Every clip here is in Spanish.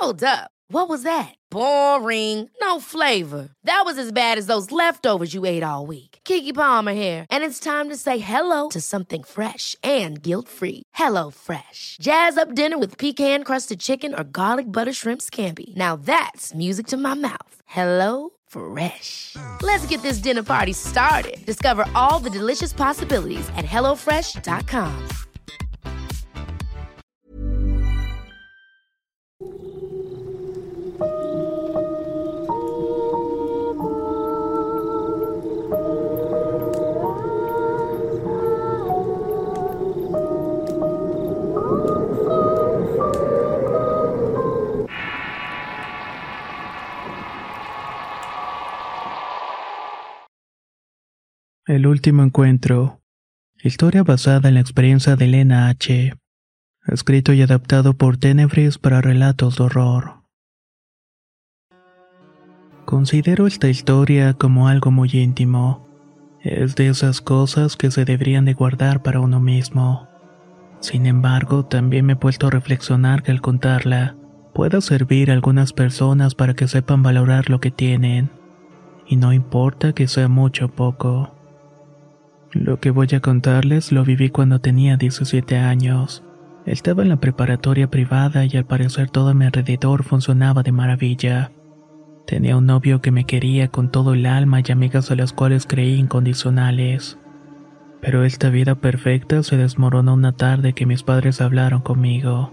Hold up. What was that? Boring. No flavor. That was as bad as those leftovers you ate all week. Keke Palmer here, and it's time to say hello to something fresh and guilt-free. Hello Fresh. Jazz up dinner with pecan-crusted chicken or garlic butter shrimp scampi. Now that's music to my mouth. Hello Fresh. Let's get this dinner party started. Discover all the delicious possibilities at hellofresh.com. El último encuentro. Historia basada en la experiencia de Elena H. Escrito y adaptado por Tenebris para relatos de horror. Considero esta historia como algo muy íntimo. Es de esas cosas que se deberían de guardar para uno mismo. Sin embargo, también me he puesto a reflexionar que al contarla, pueda servir a algunas personas para que sepan valorar lo que tienen. Y no importa que sea mucho o poco. Lo que voy a contarles lo viví cuando tenía 17 años. Estaba en la preparatoria privada y al parecer todo a mi alrededor funcionaba de maravilla. Tenía un novio que me quería con todo el alma y amigas a las cuales creí incondicionales. Pero esta vida perfecta se desmoronó una tarde que mis padres hablaron conmigo.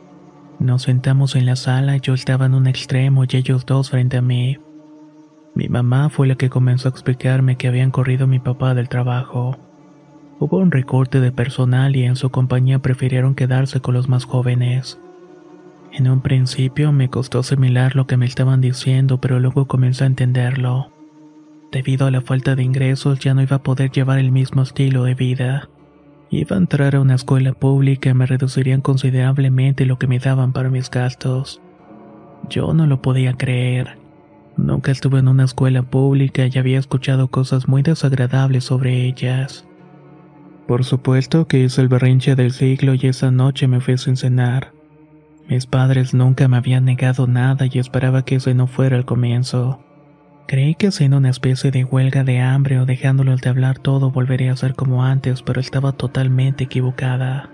Nos sentamos en la sala y yo estaba en un extremo y ellos dos frente a mí. Mi mamá fue la que comenzó a explicarme que habían corrido a mi papá del trabajo. Hubo un recorte de personal y en su compañía prefirieron quedarse con los más jóvenes. En un principio me costó asimilar lo que me estaban diciendo, pero luego comencé a entenderlo. Debido a la falta de ingresos ya no iba a poder llevar el mismo estilo de vida. Iba a entrar a una escuela pública y me reducirían considerablemente lo que me daban para mis gastos. Yo no lo podía creer. Nunca estuve en una escuela pública y había escuchado cosas muy desagradables sobre ellas. Por supuesto que hice el berrinche del siglo y esa noche me fui sin cenar. Mis padres nunca me habían negado nada y esperaba que ese no fuera el comienzo. Creí que haciendo una especie de huelga de hambre o dejándolos de hablar todo volvería a ser como antes, pero estaba totalmente equivocada.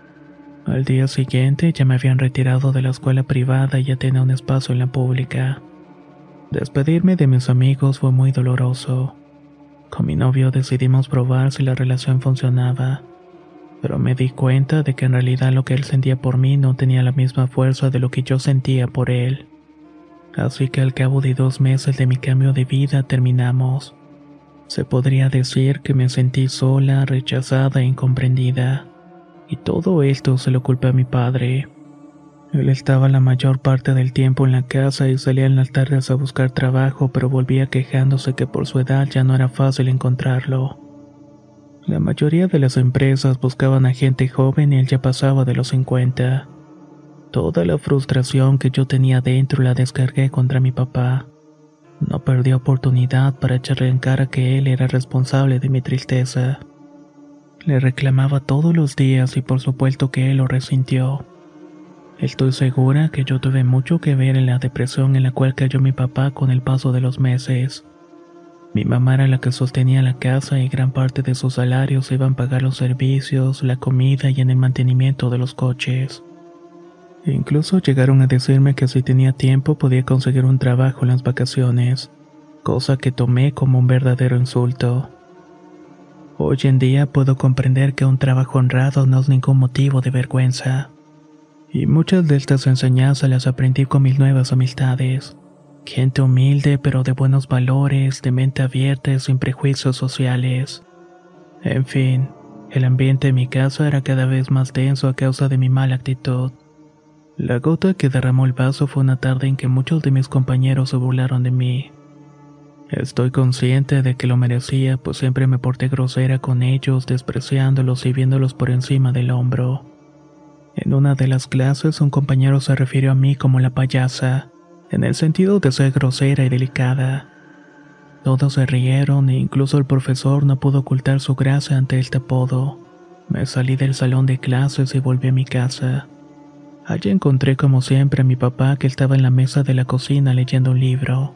Al día siguiente ya me habían retirado de la escuela privada y ya tenía un espacio en la pública. Despedirme de mis amigos fue muy doloroso. Con mi novio decidimos probar si la relación funcionaba, pero me di cuenta de que en realidad lo que él sentía por mí no tenía la misma fuerza de lo que yo sentía por él. Así que al cabo de 2 meses de mi cambio de vida terminamos. Se podría decir que me sentí sola, rechazada e incomprendida. Y todo esto se lo culpé a mi padre. Él estaba la mayor parte del tiempo en la casa y salía en las tardes a buscar trabajo, pero volvía quejándose que por su edad ya no era fácil encontrarlo. La mayoría de las empresas buscaban a gente joven y él ya pasaba de los 50. Toda la frustración que yo tenía dentro la descargué contra mi papá. No perdí oportunidad para echarle en cara que él era responsable de mi tristeza. Le reclamaba todos los días y por supuesto que él lo resintió. Estoy segura que yo tuve mucho que ver en la depresión en la cual cayó mi papá con el paso de los meses. Mi mamá era la que sostenía la casa y gran parte de sus salarios iban a pagar los servicios, la comida y en el mantenimiento de los coches. Incluso llegaron a decirme que si tenía tiempo podía conseguir un trabajo en las vacaciones, cosa que tomé como un verdadero insulto. Hoy en día puedo comprender que un trabajo honrado no es ningún motivo de vergüenza. Y muchas de estas enseñanzas las aprendí con mis nuevas amistades. Gente humilde pero de buenos valores, de mente abierta y sin prejuicios sociales. En fin, el ambiente en mi casa era cada vez más denso a causa de mi mala actitud. La gota que derramó el vaso fue una tarde en que muchos de mis compañeros se burlaron de mí. Estoy consciente de que lo merecía, pues siempre me porté grosera con ellos, despreciándolos y viéndolos por encima del hombro. En una de las clases, un compañero se refirió a mí como la payasa, en el sentido de ser grosera y delicada. Todos se rieron e incluso el profesor no pudo ocultar su gracia ante este apodo. Me salí del salón de clases y volví a mi casa. Allí encontré como siempre a mi papá que estaba en la mesa de la cocina leyendo un libro.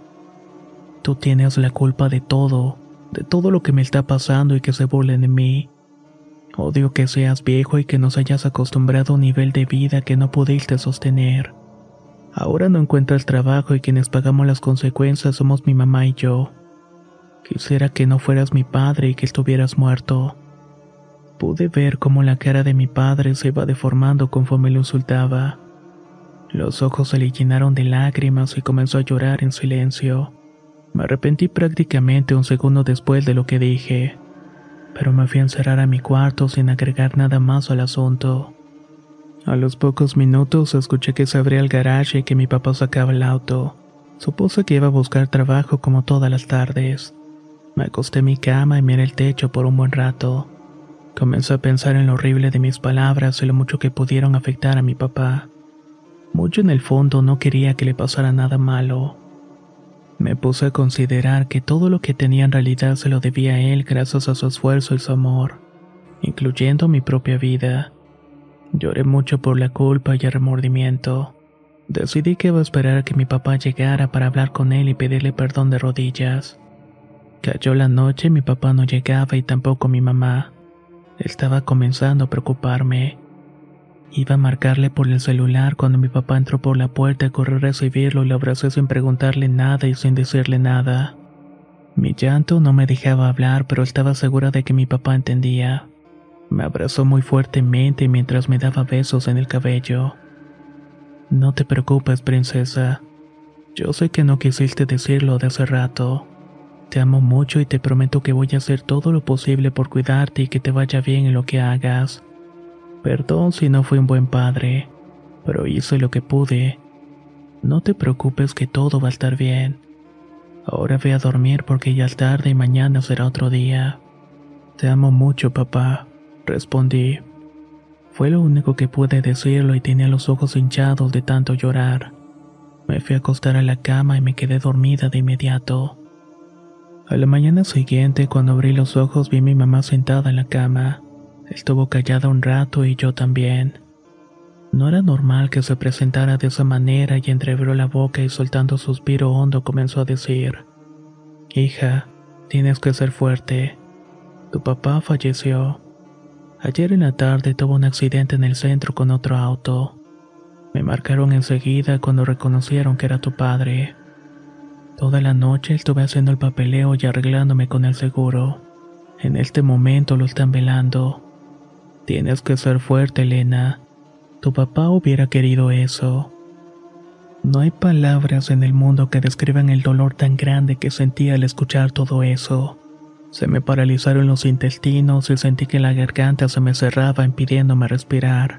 Tú tienes la culpa de todo lo que me está pasando y que se burlen de mí. Odio que seas viejo y que nos hayas acostumbrado a un nivel de vida que no pudiste sostener. Ahora no encuentras trabajo y quienes pagamos las consecuencias somos mi mamá y yo. Quisiera que no fueras mi padre y que estuvieras muerto. Pude ver cómo la cara de mi padre se iba deformando conforme lo insultaba. Los ojos se le llenaron de lágrimas y comenzó a llorar en silencio. Me arrepentí prácticamente un segundo después de lo que dije, pero me fui a encerrar a mi cuarto sin agregar nada más al asunto. A los pocos minutos escuché que se abría el garaje y que mi papá sacaba el auto. Supuse que iba a buscar trabajo como todas las tardes. Me acosté en mi cama y miré el techo por un buen rato. Comencé a pensar en lo horrible de mis palabras y lo mucho que pudieron afectar a mi papá. Mucho en el fondo no quería que le pasara nada malo. Me puse a considerar que todo lo que tenía en realidad se lo debía a él gracias a su esfuerzo y su amor, incluyendo mi propia vida. Lloré mucho por la culpa y el remordimiento. Decidí que iba a esperar a que mi papá llegara para hablar con él y pedirle perdón de rodillas. Cayó la noche y mi papá no llegaba y tampoco mi mamá. Estaba comenzando a preocuparme. Iba a marcarle por el celular cuando mi papá entró por la puerta y corrí a recibirlo y lo abracé sin preguntarle nada y sin decirle nada. Mi llanto no me dejaba hablar, pero estaba segura de que mi papá entendía. Me abrazó muy fuertemente mientras me daba besos en el cabello. No te preocupes, princesa. Yo sé que no quisiste decirlo de hace rato. Te amo mucho y te prometo que voy a hacer todo lo posible por cuidarte y que te vaya bien en lo que hagas. Perdón si no fui un buen padre, pero hice lo que pude. No te preocupes que todo va a estar bien. Ahora ve a dormir porque ya es tarde y mañana será otro día. Te amo mucho, papá, respondí. Fue lo único que pude decirlo y tenía los ojos hinchados de tanto llorar. Me fui a acostar a la cama y me quedé dormida de inmediato. A la mañana siguiente, cuando abrí los ojos, vi a mi mamá sentada en la cama. Estuvo callada un rato y yo también. No era normal que se presentara de esa manera y entreabrió la boca y soltando un suspiro hondo comenzó a decir: Hija, tienes que ser fuerte. Tu papá falleció. Ayer en la tarde tuvo un accidente en el centro con otro auto. Me marcaron enseguida cuando reconocieron que era tu padre. Toda la noche estuve haciendo el papeleo y arreglándome con el seguro. En este momento lo están velando. Tienes que ser fuerte, Elena. Tu papá hubiera querido eso. No hay palabras en el mundo que describan el dolor tan grande que sentí al escuchar todo eso. Se me paralizaron los intestinos y sentí que la garganta se me cerraba impidiéndome respirar.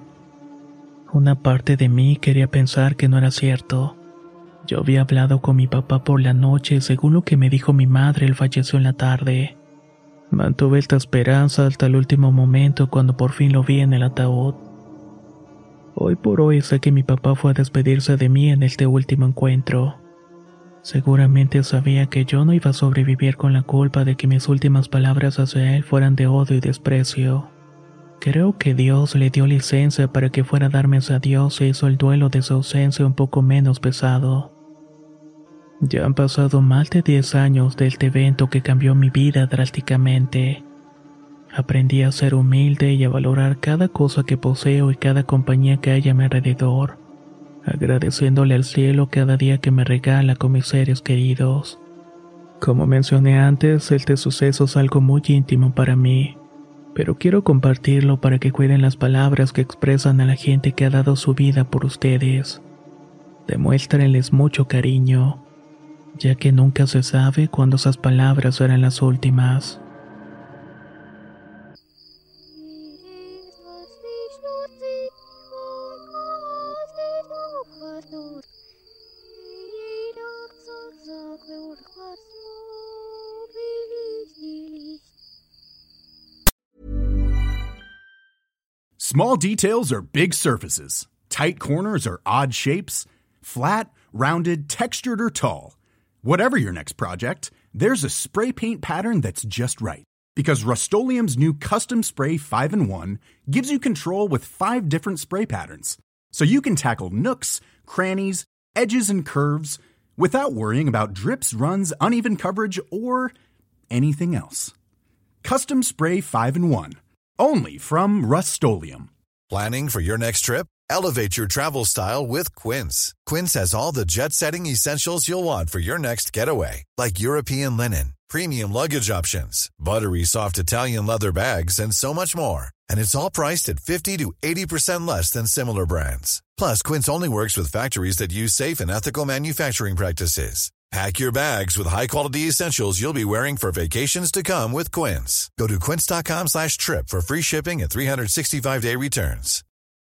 Una parte de mí quería pensar que no era cierto. Yo había hablado con mi papá por la noche y según lo que me dijo mi madre, él falleció en la tarde. Mantuve esta esperanza hasta el último momento cuando por fin lo vi en el ataúd. Hoy por hoy sé que mi papá fue a despedirse de mí en este último encuentro. Seguramente sabía que yo no iba a sobrevivir con la culpa de que mis últimas palabras hacia él fueran de odio y desprecio. Creo que Dios le dio licencia para que fuera a darme ese adiós e hizo el duelo de su ausencia un poco menos pesado. Ya han pasado más de 10 años de este evento que cambió mi vida drásticamente. Aprendí a ser humilde y a valorar cada cosa que poseo y cada compañía que hay a mi alrededor, agradeciéndole al cielo cada día que me regala con mis seres queridos. Como mencioné antes, este suceso es algo muy íntimo para mí, pero quiero compartirlo para que cuiden las palabras que expresan a la gente que ha dado su vida por ustedes. Demuéstrenles mucho cariño, ya que nunca se sabe cuándo esas palabras serán las últimas. Small details are big surfaces. Tight corners are odd shapes. Flat, rounded, textured, or tall. Whatever your next project, there's a spray paint pattern that's just right. Because Rust-Oleum's new Custom Spray 5-in-1 gives you control with 5 different spray patterns. so you can tackle nooks, crannies, edges, and curves without worrying about drips, runs, uneven coverage, or anything else. Custom Spray 5-in-1. Only from Rust-Oleum. Planning for your next trip? Elevate your travel style with Quince. Quince has all the jet-setting essentials you'll want for your next getaway, like European linen, premium luggage options, buttery soft Italian leather bags, and so much more. And it's all priced at 50 to 80% less than similar brands. Plus, Quince only works with factories that use safe and ethical manufacturing practices. Pack your bags with high-quality essentials you'll be wearing for vacations to come with Quince. Go to quince.com/trip for free shipping and 365-day returns.